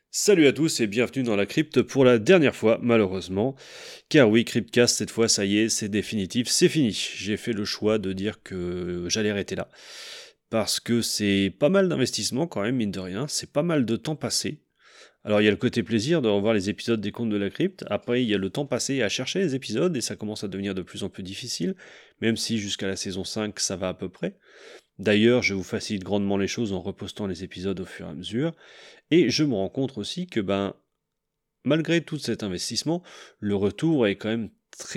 Salut à tous et bienvenue dans la crypte pour la dernière fois, malheureusement. Car oui, Cryptcast, cette fois, ça y est, c'est définitif, c'est fini. J'ai fait le choix de dire que j'allais arrêter là. Parce que c'est pas mal d'investissement quand même, mine de rien. C'est pas mal de temps passé. Alors il y a le côté plaisir de revoir les épisodes des contes de la crypte. Après, il y a le temps passé à chercher les épisodes et ça commence à devenir de plus en plus difficile. Même si jusqu'à la saison 5, ça va à peu près. D'ailleurs, je vous facilite grandement les choses en repostant les épisodes au fur et à mesure. Et je me rends compte aussi que malgré tout cet investissement, le retour est quand même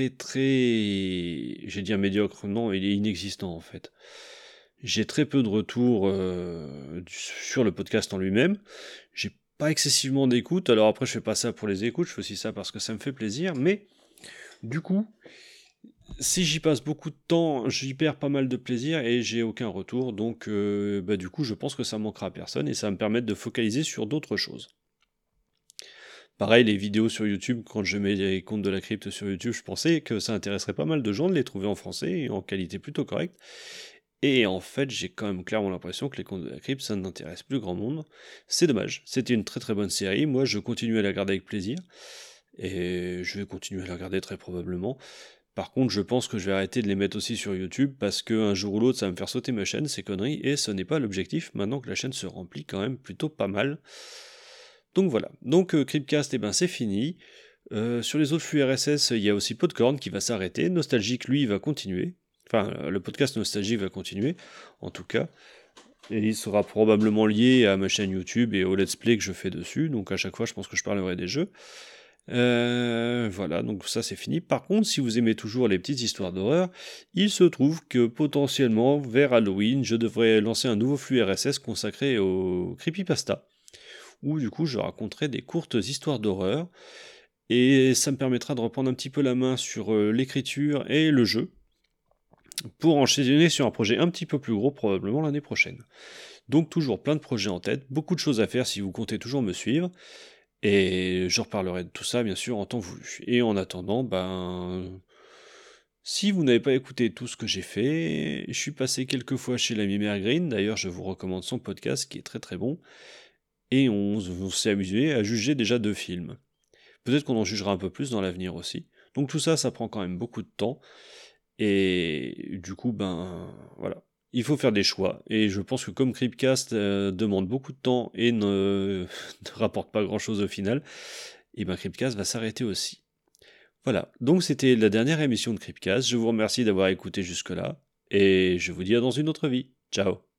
j'ai dire médiocre, non, il est inexistant en fait. J'ai très peu de retours sur le podcast en lui-même. J'ai pas excessivement d'écoute. Alors après, je fais pas ça pour les écoutes, je fais aussi ça parce que ça me fait plaisir. Mais du coup, si j'y passe beaucoup de temps, j'y perds pas mal de plaisir et j'ai aucun retour. Donc, du coup, je pense que ça manquera à personne et ça va me permettre de focaliser sur d'autres choses. Pareil, les vidéos sur YouTube, quand je mets les comptes de la crypte sur YouTube, je pensais que ça intéresserait pas mal de gens de les trouver en français et en qualité plutôt correcte. Et en fait, j'ai quand même clairement l'impression que les comptes de la crypte, ça n'intéresse plus grand monde. C'est dommage. C'était une très très bonne série. Moi, je continue à la regarder avec plaisir. Et je vais continuer à la regarder très probablement. Par contre, je pense que je vais arrêter de les mettre aussi sur YouTube parce qu'un jour ou l'autre, ça va me faire sauter ma chaîne, ces conneries, et ce n'est pas l'objectif maintenant que la chaîne se remplit quand même plutôt pas mal. Donc voilà. Donc Cryptcast, c'est fini. Sur les autres flux RSS, il y a aussi Podcorn qui va s'arrêter. Nostalgique, lui, va continuer. Enfin, le podcast Nostalgique va continuer, en tout cas. Et il sera probablement lié à ma chaîne YouTube et au let's play que je fais dessus. Donc à chaque fois, je pense que je parlerai des jeux. Voilà, donc ça c'est fini. Par contre, si vous aimez toujours les petites histoires d'horreur, il se trouve que potentiellement, vers Halloween, je devrais lancer un nouveau flux RSS consacré au creepypasta, où du coup je raconterai des courtes histoires d'horreur, et ça me permettra de reprendre un petit peu la main sur l'écriture et le jeu, pour enchaîner sur un projet un petit peu plus gros probablement l'année prochaine. Donc toujours plein de projets en tête, beaucoup de choses à faire si vous comptez toujours me suivre, et je reparlerai de tout ça bien sûr en temps voulu. Et en attendant, si vous n'avez pas écouté tout ce que j'ai fait, je suis passé quelques fois chez l'ami Mère Green, d'ailleurs je vous recommande son podcast qui est très très bon, et on s'est amusé à juger déjà 2 films. Peut-être qu'on en jugera un peu plus dans l'avenir aussi. Donc tout ça, ça prend quand même beaucoup de temps. Et du coup, voilà. Il faut faire des choix. Et je pense que comme Creepcast demande beaucoup de temps et ne, ne rapporte pas grand-chose au final, et Creepcast va s'arrêter aussi. Voilà. Donc c'était la dernière émission de Creepcast. Je vous remercie d'avoir écouté jusque-là. Et je vous dis à dans une autre vie. Ciao.